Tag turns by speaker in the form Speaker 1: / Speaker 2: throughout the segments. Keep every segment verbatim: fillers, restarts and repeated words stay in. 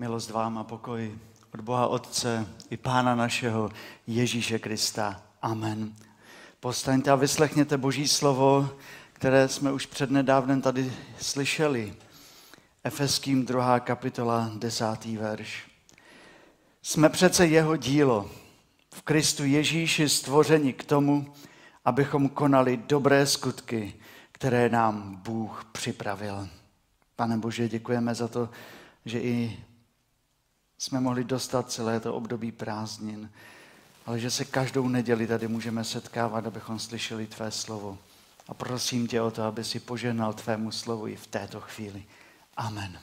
Speaker 1: Milost vám a pokoj od Boha Otce i Pána našeho Ježíše Krista. Amen. Povstaňte a vyslechněte Boží slovo, které jsme už přednedávnem tady slyšeli. Efeským druhá kapitola, desátý verš. Jsme přece jeho dílo, v Kristu Ježíši stvořeni k tomu, abychom konali dobré skutky, které nám Bůh připravil. Pane Bože, děkujeme za to, že i jsme mohli dostat celé to období prázdnin, ale že se každou neděli tady můžeme setkávat, abychom slyšeli tvé slovo. A prosím tě o to, aby si požehnal tvému slovu i v této chvíli. Amen.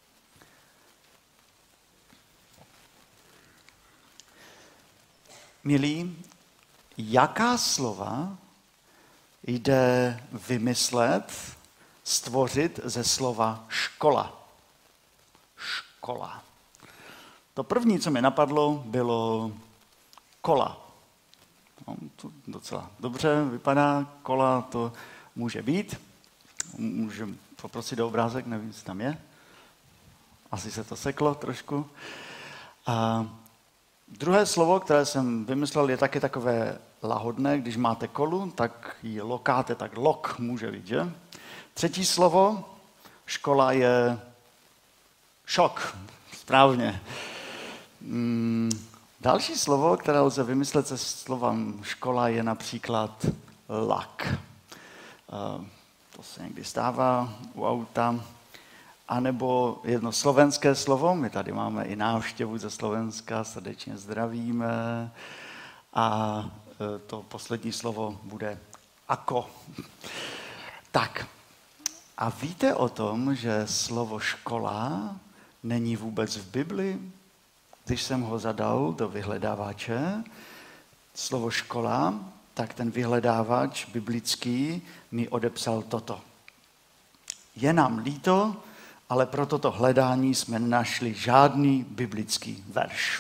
Speaker 1: Milí, jaká slova jde vymyslet, stvořit ze slova škola? Škola. To první, co mi napadlo, bylo kola. No, to docela dobře vypadá, kola to může být. Můžeme poprosit do obrázek, nevím, co tam je. Asi se to seklo trošku. A druhé slovo, které jsem vymyslel, je taky takové lahodné. Když máte kolu, tak ji lokáte, tak lok může být, že? Třetí slovo, škola, je šok. Správně. Hmm, další slovo, které lze vymyslet se slovem škola, je například lak. To se někdy stává u auta. A nebo jedno slovenské slovo, my tady máme i návštěvu ze Slovenska, srdečně zdravíme. A to poslední slovo bude ako. Tak, a víte o tom, že slovo škola není vůbec v Bibli? Když jsem ho zadal do vyhledávače, slovo škola, tak ten vyhledávač biblický mi odepsal toto. Je nám líto, ale pro toto hledání jsme nenašli žádný biblický verš.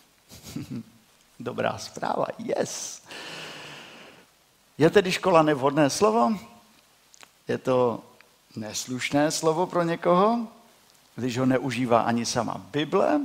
Speaker 1: Dobrá zpráva, yes. Je tedy škola nevhodné slovo? Je to neslušné slovo pro někoho, když ho neužívá ani sama Bible?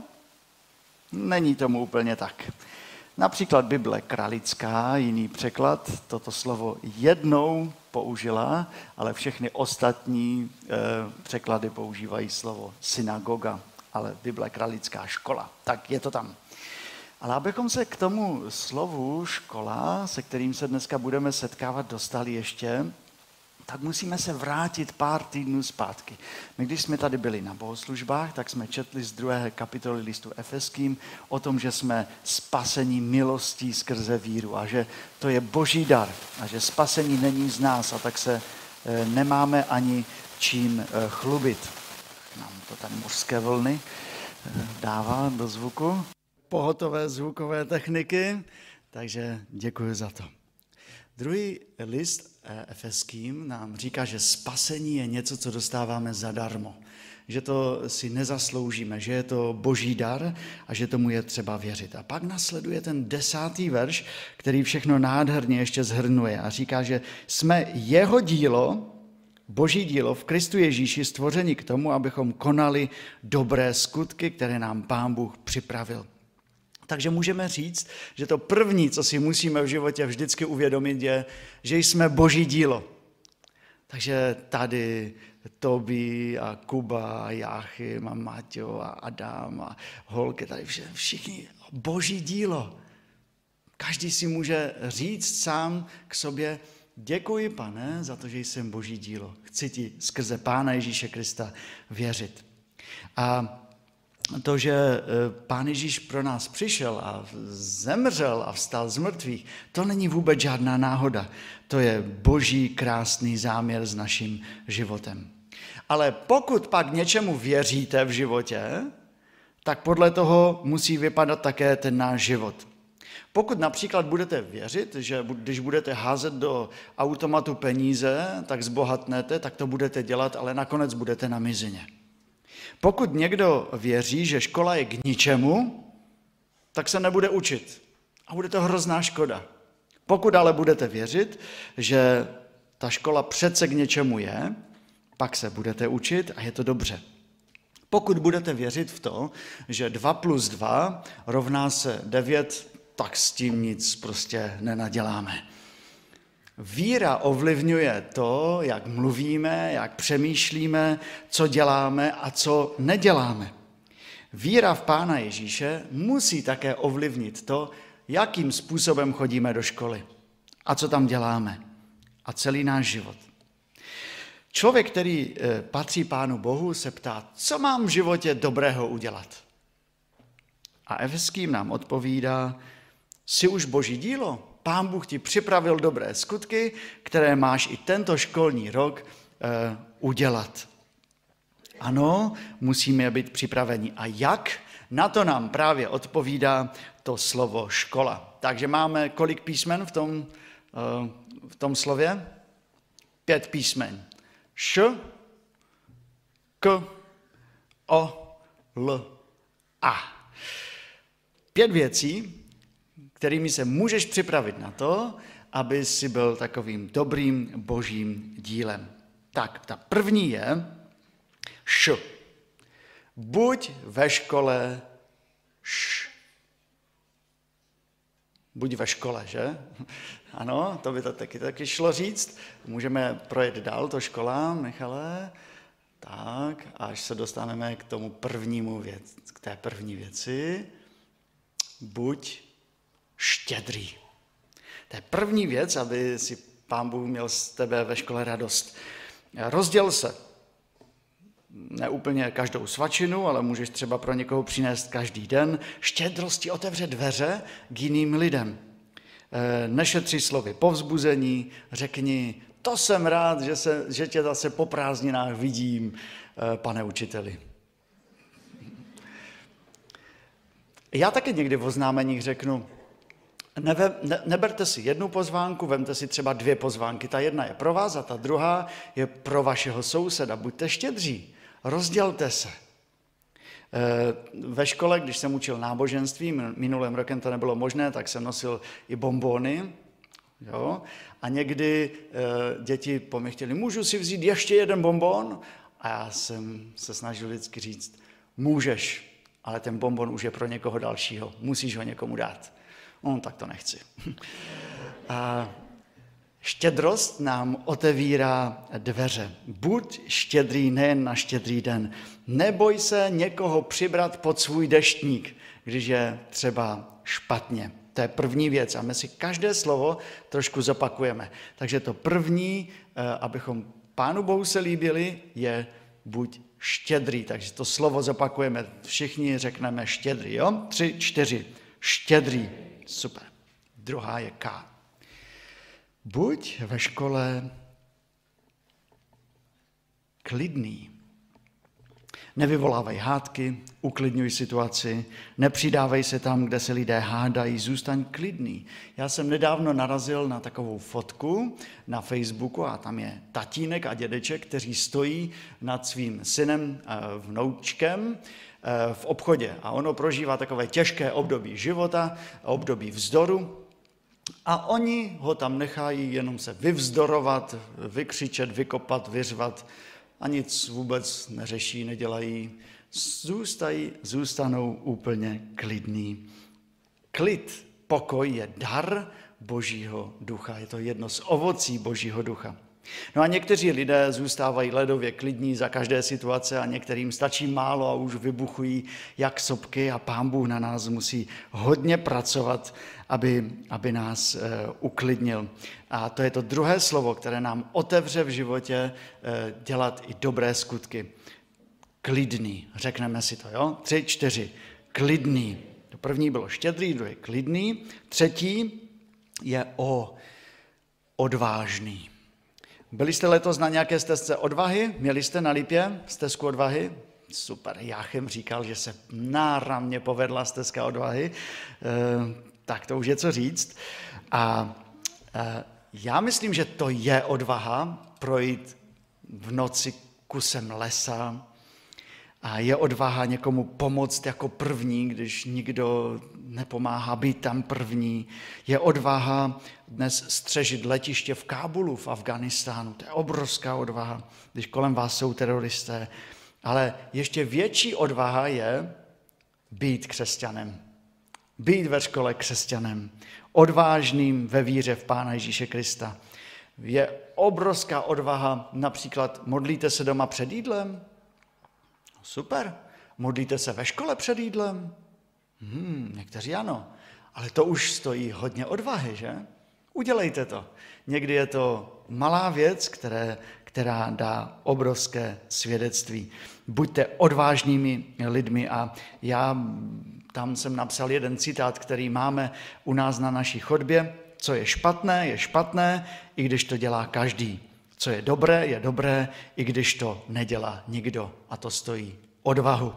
Speaker 1: Není tomu úplně tak. Například Bible kralická, jiný překlad, toto slovo jednou použila, ale všechny ostatní e, překlady používají slovo synagoga, ale Bible kralická škola. Tak je to tam. Ale abychom se k tomu slovu škola, se kterým se dneska budeme setkávat, dostali ještě, tak musíme se vrátit pár týdnů zpátky. My, když jsme tady byli na bohoslužbách, tak jsme četli z druhé kapitoly listu Efeským o tom, že jsme spasení milostí skrze víru a že to je boží dar a že spasení není z nás a tak se e, nemáme ani čím e, chlubit. Nám to tady mořské vlny e, dává do zvuku. Pohotové zvukové techniky, takže děkuji za to. Druhý list Efeským nám říká, že spasení je něco, co dostáváme zadarmo. Že to si nezasloužíme, že je to boží dar a že tomu je třeba věřit. A pak nasleduje ten desátý verš, který všechno nádherně ještě zhrnuje a říká, že jsme jeho dílo, boží dílo v Kristu Ježíši stvořeni k tomu, abychom konali dobré skutky, které nám Pán Bůh připravil. Takže můžeme říct, že to první, co si musíme v životě vždycky uvědomit, je, že jsme boží dílo. Takže tady Tobi a Kuba a Jáchym a Maťo a Adam a holky, tady všichni boží dílo. Každý si může říct sám k sobě, děkuji, Pane, za to, že jsem boží dílo. Chci ti skrze Pána Ježíše Krista věřit. A to, že Pán Ježíš pro nás přišel a zemřel a vstal z mrtvých, to není vůbec žádná náhoda. To je boží krásný záměr s naším životem. Ale pokud pak něčemu věříte v životě, tak podle toho musí vypadat také ten náš život. Pokud například budete věřit, že když budete házet do automatu peníze, tak zbohatnete, tak to budete dělat, ale nakonec budete na mizině. Pokud někdo věří, že škola je k ničemu, tak se nebude učit. A bude to hrozná škoda. Pokud ale budete věřit, že ta škola přece k něčemu je, pak se budete učit a je to dobře. Pokud budete věřit v to, že dva plus dva rovná se devět, tak s tím nic prostě nenaděláme. Víra ovlivňuje to, jak mluvíme, jak přemýšlíme, co děláme a co neděláme. Víra v Pána Ježíše musí také ovlivnit to, jakým způsobem chodíme do školy a co tam děláme a celý náš život. Člověk, který patří Pánu Bohu, se ptá, co mám v životě dobrého udělat. A Efeským nám odpovídá, jsi už Boží dílo, Pán Bůh ti připravil dobré skutky, které máš i tento školní rok eh, udělat. Ano, musíme být připraveni. A jak? Na to nám právě odpovídá to slovo škola. Takže máme kolik písmen v tom, eh, v tom slově? Pět písmen. Š, K, O, L, A. Pět věcí, kterými se můžeš připravit na to, aby si byl takovým dobrým božím dílem. Tak, ta první je š. Buď ve škole š. Buď ve škole, že? Ano, to by to taky, taky šlo říct. Můžeme projet dál, to škola, Michale. Tak, až se dostaneme k tomu prvnímu věc, k té první věci. Buď štědrý. To je první věc, aby si Pán Bůh měl z tebe ve škole radost. Rozděl se. Ne úplně každou svačinu, ale můžeš třeba pro někoho přinést každý den. Štědrosti otevře dveře k jiným lidem. Nešetři slovy povzbuzení, řekni, to jsem rád, že, se, že tě zase po prázdninách vidím, pane učiteli. Já taky někdy v oznámeních řeknu, neve, ne, neberte si jednu pozvánku, vemte si třeba dvě pozvánky. Ta jedna je pro vás a ta druhá je pro vašeho souseda. Buďte štědří, rozdělte se. Ve škole, když jsem učil náboženství, minulým rokem to nebylo možné, tak jsem nosil i bonbony. Jo? A někdy děti po mě chtěli, můžu si vzít ještě jeden bonbon? A já jsem se snažil vždycky říct, můžeš, ale ten bonbon už je pro někoho dalšího, musíš ho někomu dát. No, tak to nechci. A štědrost nám otevírá dveře. Buď štědrý nejen na štědrý den. Neboj se někoho přibrat pod svůj deštník, když je třeba špatně. To je první věc a my si každé slovo trošku zopakujeme. Takže to první, abychom Pánu Bohu se líbili, je buď štědrý. Takže to slovo zopakujeme. Všichni řekneme štědrý, jo? Tři, čtyři. Štědrý. Super. Druhá je K. Buď ve škole klidný. Nevyvolávej hádky, uklidňuj situaci, nepřidávej se tam, kde se lidé hádají, zůstaň klidný. Já jsem nedávno narazil na takovou fotku na Facebooku a tam je tatínek a dědeček, kteří stojí nad svým synem, vnoučkem v obchodě. A ono prožívá takové těžké období života, období vzdoru. A oni ho tam nechají jenom se vyvzdorovat, vykřičet, vykopat, vyřvat a nic vůbec neřeší, nedělají. Zůstají, zůstanou úplně klidní. Klid, pokoj je dar Božího ducha. Je to jedno z ovocí Božího ducha. No a někteří lidé zůstávají ledově klidní za každé situace a některým stačí málo a už vybuchují jak sopky a Pán Bůh na nás musí hodně pracovat, aby, aby nás e, uklidnil. A to je to druhé slovo, které nám otevře v životě e, dělat i dobré skutky. Klidný, řekneme si to, jo? Tři, čtyři. Klidný. To první bylo štědrý, druhý klidný. Třetí je o odvážný. Byli jste letos na nějaké stezce odvahy? Měli jste na Lipě stezku odvahy? Super, Jáchem říkal, že se náramně povedla stezka odvahy, e, tak to už je co říct. A e, já myslím, že to je odvaha projít v noci kusem lesa a je odvaha někomu pomoct jako první, když nikdo nepomáhá být tam první. Je odvaha dnes střežit letiště v Kábulu v Afghánistánu. To je obrovská odvaha, když kolem vás jsou teroristé. Ale ještě větší odvaha je být křesťanem. Být ve škole křesťanem. Odvážným ve víře v Pána Ježíše Krista. Je obrovská odvaha, například modlíte se doma před jídlem? Super. Modlíte se ve škole před jídlem? Hmm, někteří ano. Ale to už stojí hodně odvahy, že? Udělejte to. Někdy je to malá věc, které, která dá obrovské svědectví. Buďte odvážnými lidmi a já tam jsem napsal jeden citát, který máme u nás na naší chodbě. Co je špatné, je špatné, i když to dělá každý. Co je dobré, je dobré, i když to nedělá nikdo. A to stojí odvahu.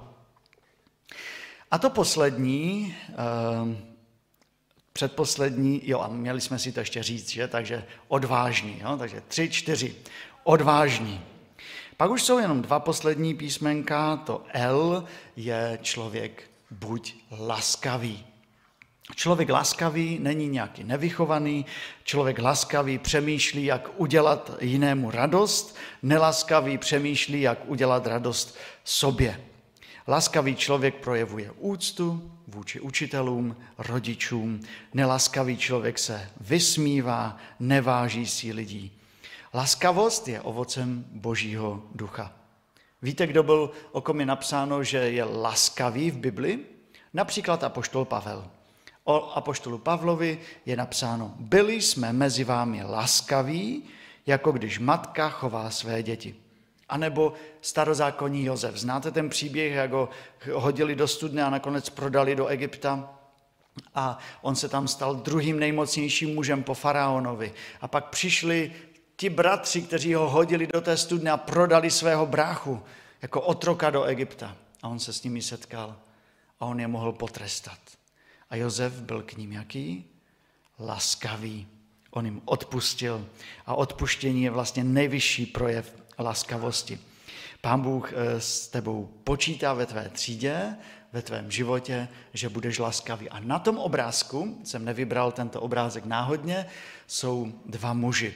Speaker 1: A to poslední, eh, předposlední, jo, a měli jsme si to ještě říct, že? Takže odvážný, jo? Takže tři, čtyři, odvážný. Pak už jsou jenom dva poslední písmenka, to L je člověk buď laskavý. Člověk laskavý není nějaký nevychovaný, člověk laskavý přemýšlí, jak udělat jinému radost, nelaskavý přemýšlí, jak udělat radost sobě. Laskavý člověk projevuje úctu vůči učitelům, rodičům, nelaskavý člověk se vysmívá, neváží si lidí. Laskavost je ovocem Božího ducha. Víte, kdo byl, o kom je napsáno, že je laskavý v Bibli? Například apoštol Pavel. O apoštolu Pavlovi je napsáno, byli jsme mezi vámi laskaví, jako když matka chová své děti. A nebo starozákonní Josef. Znáte ten příběh, jak ho hodili do studny a nakonec prodali do Egypta? A on se tam stal druhým nejmocnějším mužem po faraonovi. A pak přišli ti bratři, kteří ho hodili do té studny a prodali svého bráchu jako otroka do Egypta. A on se s nimi setkal a on je mohl potrestat. A Josef byl k ním jaký? Laskavý. On jim odpustil. A odpuštění je vlastně nejvyšší projev laskavosti. Pán Bůh s tebou počítá ve tvé třídě, ve tvém životě, že budeš laskavý. A na tom obrázku, jsem nevybral tento obrázek náhodně, jsou dva muži.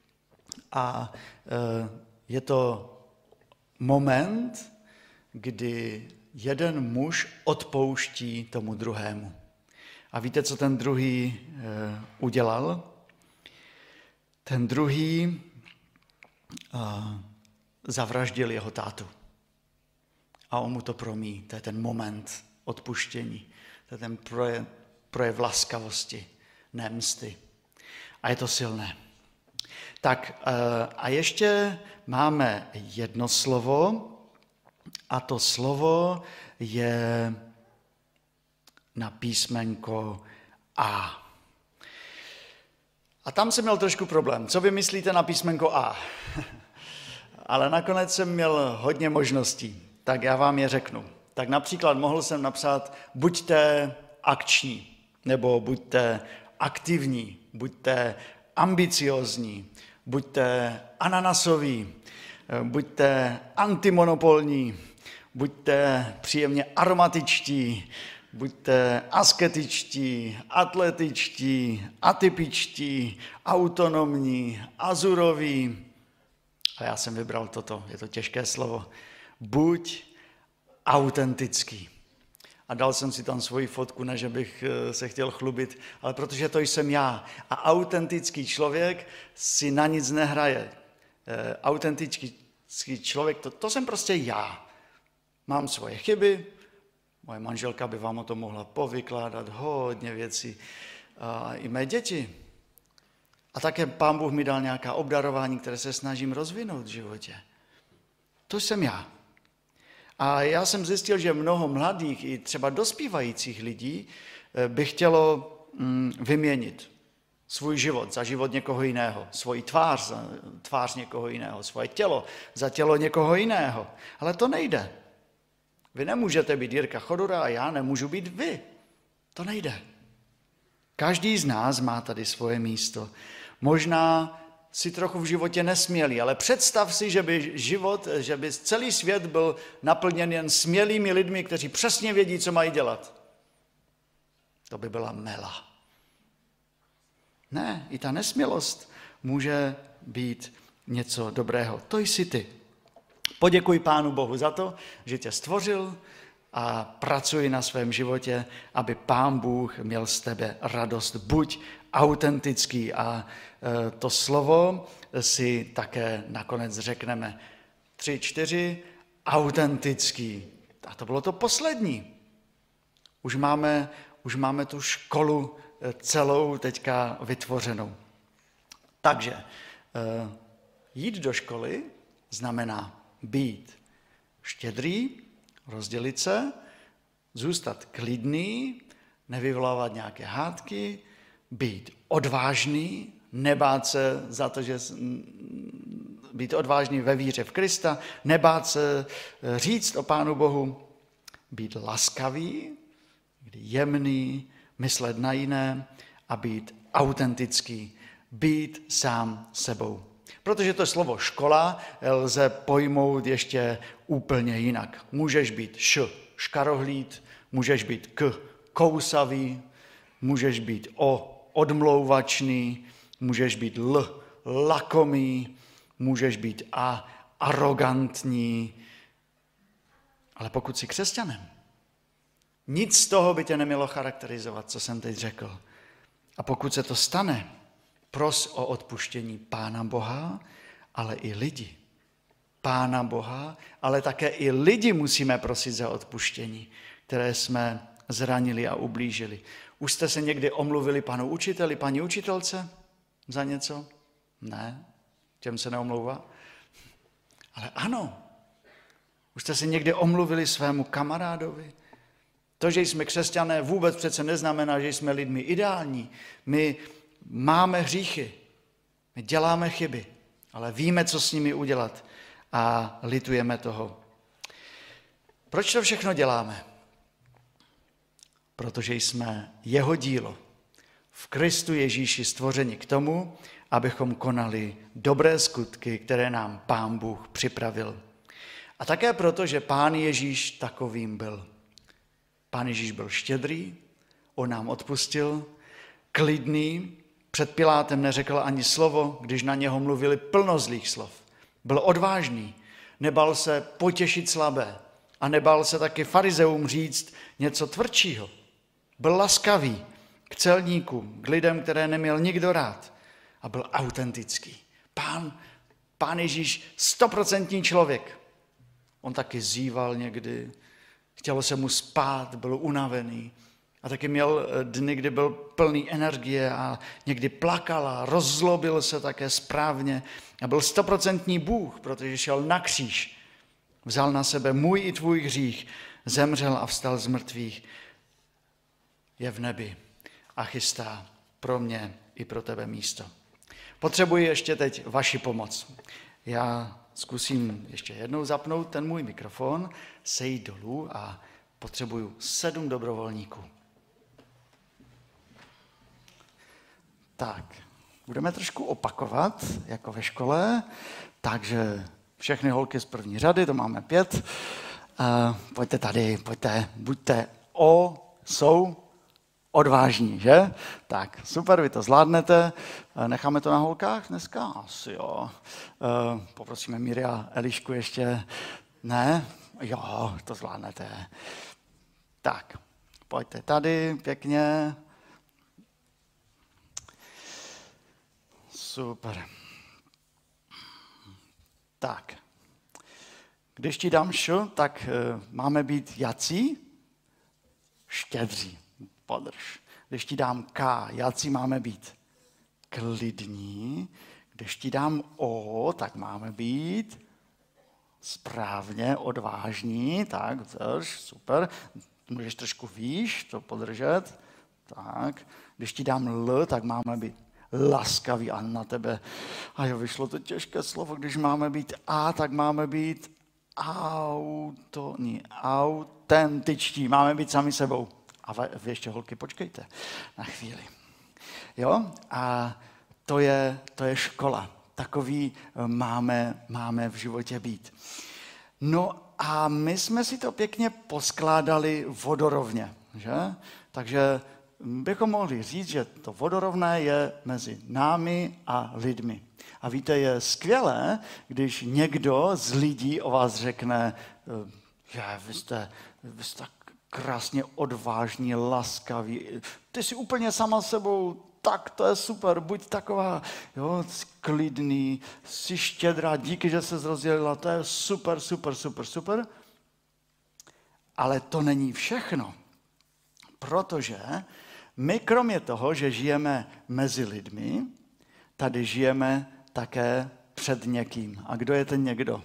Speaker 1: A je to moment, kdy jeden muž odpouští tomu druhému. A víte, co ten druhý udělal? Ten druhý zavraždil jeho tátu. A on mu to promí. To je ten moment odpuštění. To je ten projev, projev laskavosti, ne msty. A je to silné. Tak a ještě máme jedno slovo a to slovo je na písmenko A. A tam jsem měl trošku problém. Co vy myslíte na písmenko A? Ale nakonec jsem měl hodně možností, tak já vám je řeknu. Tak například mohl jsem napsat buďte akční, nebo buďte aktivní, buďte ambiciozní, buďte ananasoví, buďte antimonopolní, buďte příjemně aromatičtí, buďte asketičtí, atletičtí, atypičtí, autonomní, azuroví. A já jsem vybral toto, je to těžké slovo. Buď autentický. A dal jsem si tam svoji fotku, ne že bych se chtěl chlubit, ale protože to jsem já. A autentický člověk si na nic nehraje. Autentický člověk, to, to jsem prostě já. Mám svoje chyby, moje manželka by vám o tom mohla povykládat hodně věcí. A i mé děti. A také Pán Bůh mi dal nějaká obdarování, které se snažím rozvinout v životě. To jsem já. A já jsem zjistil, že mnoho mladých i třeba dospívajících lidí by chtělo vyměnit svůj život za život někoho jiného, svoji tvář za tvář někoho jiného, svoje tělo za tělo někoho jiného. Ale to nejde. Vy nemůžete být Jirka Chodura a já nemůžu být vy. To nejde. Každý z nás má tady svoje místo. Možná si trochu v životě nesmělý, ale představ si, že by život, že by celý svět byl naplněn jen smělými lidmi, kteří přesně vědí, co mají dělat. To by byla mela. Ne, i ta nesmělost může být něco dobrého. To jsi ty. Poděkuj Pánu Bohu za to, že tě stvořil a pracuj na svém životě, aby Pán Bůh měl z tebe radost. Buď autentický a to slovo si také nakonec řekneme. Tři, čtyři, autentický. A to bylo to poslední. Už máme, už máme tu školu celou teďka vytvořenou. Takže jít do školy znamená být štědrý, rozdělit se, zůstat klidný, nevyvolávat nějaké hádky, být odvážný, nebát se za to, že být odvážný ve víře v Krista, nebát se říct o Pánu Bohu, být laskavý, být jemný, myslet na jiné a být autentický, být sám sebou. Protože to slovo škola lze pojmout ještě úplně jinak. Můžeš být š, škarohlíd, můžeš být k, kousavý, můžeš být o, odmlouvačný, můžeš být l, lakomý, můžeš být a, arrogantní. Ale pokud jsi křesťanem, nic z toho by tě nemělo charakterizovat, co jsem teď řekl. A pokud se to stane, pros o odpuštění Pána Boha, ale i lidi. Pána Boha, ale také i lidi musíme prosit za odpuštění, které jsme zranili a ublížili. Už jste se někdy omluvili panu učiteli, paní učitelce za něco? Ne, těm se neomlouvá. Ale ano, už jste se někdy omluvili svému kamarádovi. To, že jsme křesťané, vůbec přece neznamená, že jsme lidmi ideální. My máme hříchy, my děláme chyby, ale víme, co s nimi udělat a litujeme toho. Proč to všechno děláme? Protože jsme jeho dílo v Kristu Ježíši stvořeni k tomu, abychom konali dobré skutky, které nám Pán Bůh připravil. A také proto, že Pán Ježíš takovým byl. Pán Ježíš byl štědrý, on nám odpustil, klidný, před Pilátem neřekl ani slovo, když na něho mluvili plno zlých slov. Byl odvážný, nebal se potěšit slabé a nebal se taky farizeům říct něco tvrdšího. Byl laskavý k celníkům, k lidem, které neměl nikdo rád a byl autentický. Pán, pán Ježíš, stoprocentní člověk. On taky zíval někdy, chtělo se mu spát, byl unavený. A taky měl dny, kdy byl plný energie a někdy plakal a rozzlobil se také správně. A byl stoprocentní Bůh, protože šel na kříž. Vzal na sebe můj i tvůj hřích, zemřel a vstal z mrtvých. Je v nebi a chystá pro mě i pro tebe místo. Potřebuji ještě teď vaši pomoc. Já zkusím ještě jednou zapnout ten můj mikrofon, sejít dolů a potřebuju sedm dobrovolníků. Tak, budeme trošku opakovat, jako ve škole, takže všechny holky z první řady, to máme pět. Uh, pojďte tady, pojďte, buďte o, jsou odvážní, že? Tak, super, vy to zvládnete. Necháme to na holkách dneska? Asi jo. Uh, poprosíme Míry a Elišku ještě. Ne? Jo, to zvládnete. Tak, pojďte tady, pěkně. Super. Tak, když ti dám š, tak uh, máme být jací? Štědří. Podrž. Když ti dám k, jací máme být? Klidní. Když ti dám o, tak máme být správně, odvážní. Tak, drž, super. Můžeš trošku výš to podržet. Tak. Když ti dám l, tak máme být laskavý a na tebe. A jo, vyšlo to těžké slovo. Když máme být a, tak máme být auto, ne, autentičtí. Máme být sami sebou. A vy ještě, holky, počkejte na chvíli. Jo? A to je, to je škola. Takový máme, máme v životě být. No a my jsme si to pěkně poskládali vodorovně. Že? Takže bychom mohli říct, že to vodorovné je mezi námi a lidmi. A víte, je skvělé, když někdo z lidí o vás řekne, že vy jste, vy jste tak krásně odvážní, laskaví, ty jsi úplně sama sebou, tak to je super, buď taková, jo, klidný, jsi štědrá, díky, že se rozdělila, to je super, super, super, super. Ale to není všechno, protože my kromě toho, že žijeme mezi lidmi, tady žijeme také před někým. A kdo je ten někdo?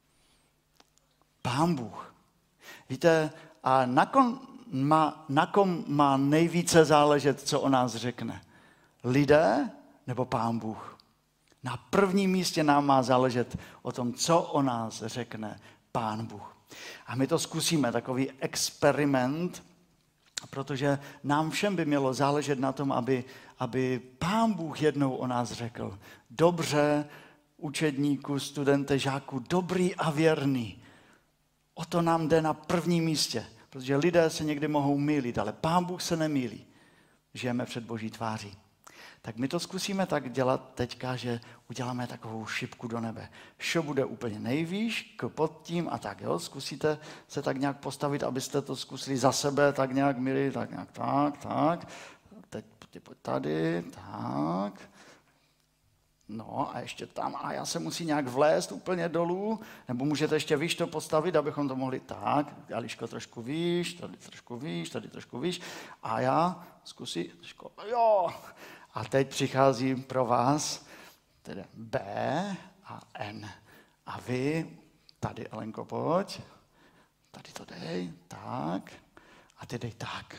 Speaker 1: Pán Bůh. Víte, a na kom má, na kom má nejvíce záležet, co o nás řekne? Lidé nebo Pán Bůh? Na prvním místě nám má záležet o tom, co o nás řekne Pán Bůh. A my to zkusíme, takový experiment, protože nám všem by mělo záležet na tom, aby, aby Pán Bůh jednou o nás řekl: dobře, učedníku, studente, žáku, dobrý a věrný. O to nám jde na prvním místě, protože lidé se někdy mohou mýlit, ale Pán Bůh se nemýlí. Žijeme před Boží tváří. Tak my to zkusíme tak dělat teďka, že uděláme takovou šipku do nebe. Šo bude úplně nejvýš, k pod tím a tak, jo. Zkusíte se tak nějak postavit, abyste to zkusili za sebe, tak nějak milí, tak nějak tak, tak. Teď pojď tady, tak. No a ještě tam, a já se musí nějak vlézt úplně dolů, nebo můžete ještě výš to postavit, abychom to mohli tak, Eliško trošku výš, tady trošku výš, tady trošku výš, a já zkusím, jo. A teď přichází pro vás tedy B a N. A vy, tady Elenko, pojď, tady to dej, tak, a ty dej tak.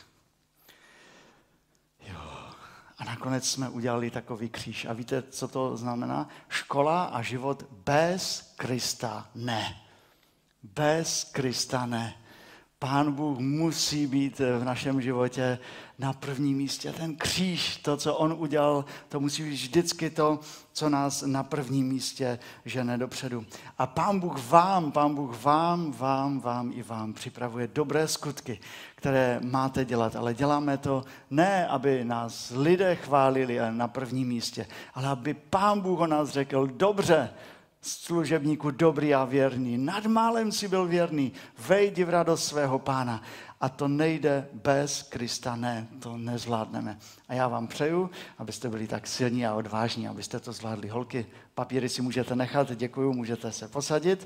Speaker 1: Jo. A nakonec jsme udělali takový kříž. A víte, co to znamená? Škola a život bez Krista ne. Bez Krista ne. Pán Bůh musí být v našem životě na prvním místě. Ten kříž, to, co on udělal, to musí být vždycky to, co nás na prvním místě žene dopředu. A Pán Bůh vám, Pán Bůh vám, vám, vám i vám připravuje dobré skutky, které máte dělat. Ale děláme to ne, aby nás lidé chválili na prvním místě, ale aby Pán Bůh o nás řekl: dobře, služebníku dobrý a věrný, nad málem si byl věrný, vejdi v radost svého Pána. A to nejde bez Krista, ne, to nezvládneme. A já vám přeju, abyste byli tak silní a odvážní, abyste to zvládli. Holky, papíry si můžete nechat, děkuju, můžete se posadit.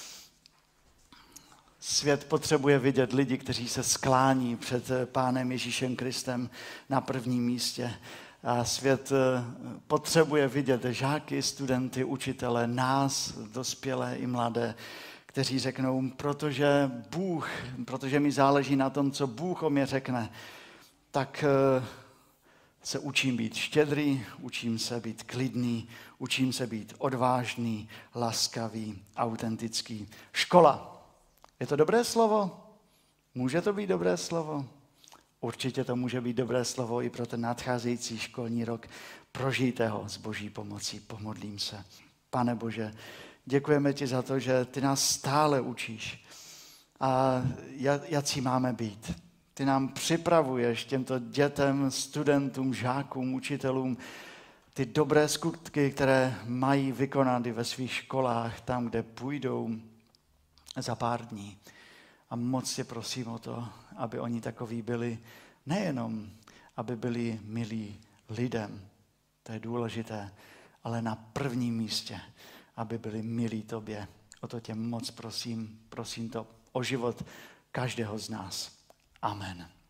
Speaker 1: Svět potřebuje vidět lidi, kteří se sklání před Pánem Ježíšem Kristem na prvním místě. A svět potřebuje vidět žáky, studenty, učitele, nás, dospělé i mladé, kteří řeknou, protože Bůh, protože mi záleží na tom, co Bůh o mě řekne, tak se učím být štědrý, učím se být klidný, učím se být odvážný, laskavý, autentický. Škola. Je to dobré slovo? Může to být dobré slovo? Určitě to může být dobré slovo i pro ten nadcházející školní rok. Prožijte ho s Boží pomocí. Pomodlím se. Pane Bože, děkujeme ti za to, že ty nás stále učíš. A jací máme být. Ty nám připravuješ těmto dětem, studentům, žákům, učitelům ty dobré skutky, které mají vykonat i ve svých školách, tam, kde půjdou za pár dní. A moc tě prosím o to, aby oni takoví byli, nejenom, aby byli milí lidem, to je důležité, ale na prvním místě, aby byli milí tobě. O to tě moc prosím, prosím to o život každého z nás. Amen.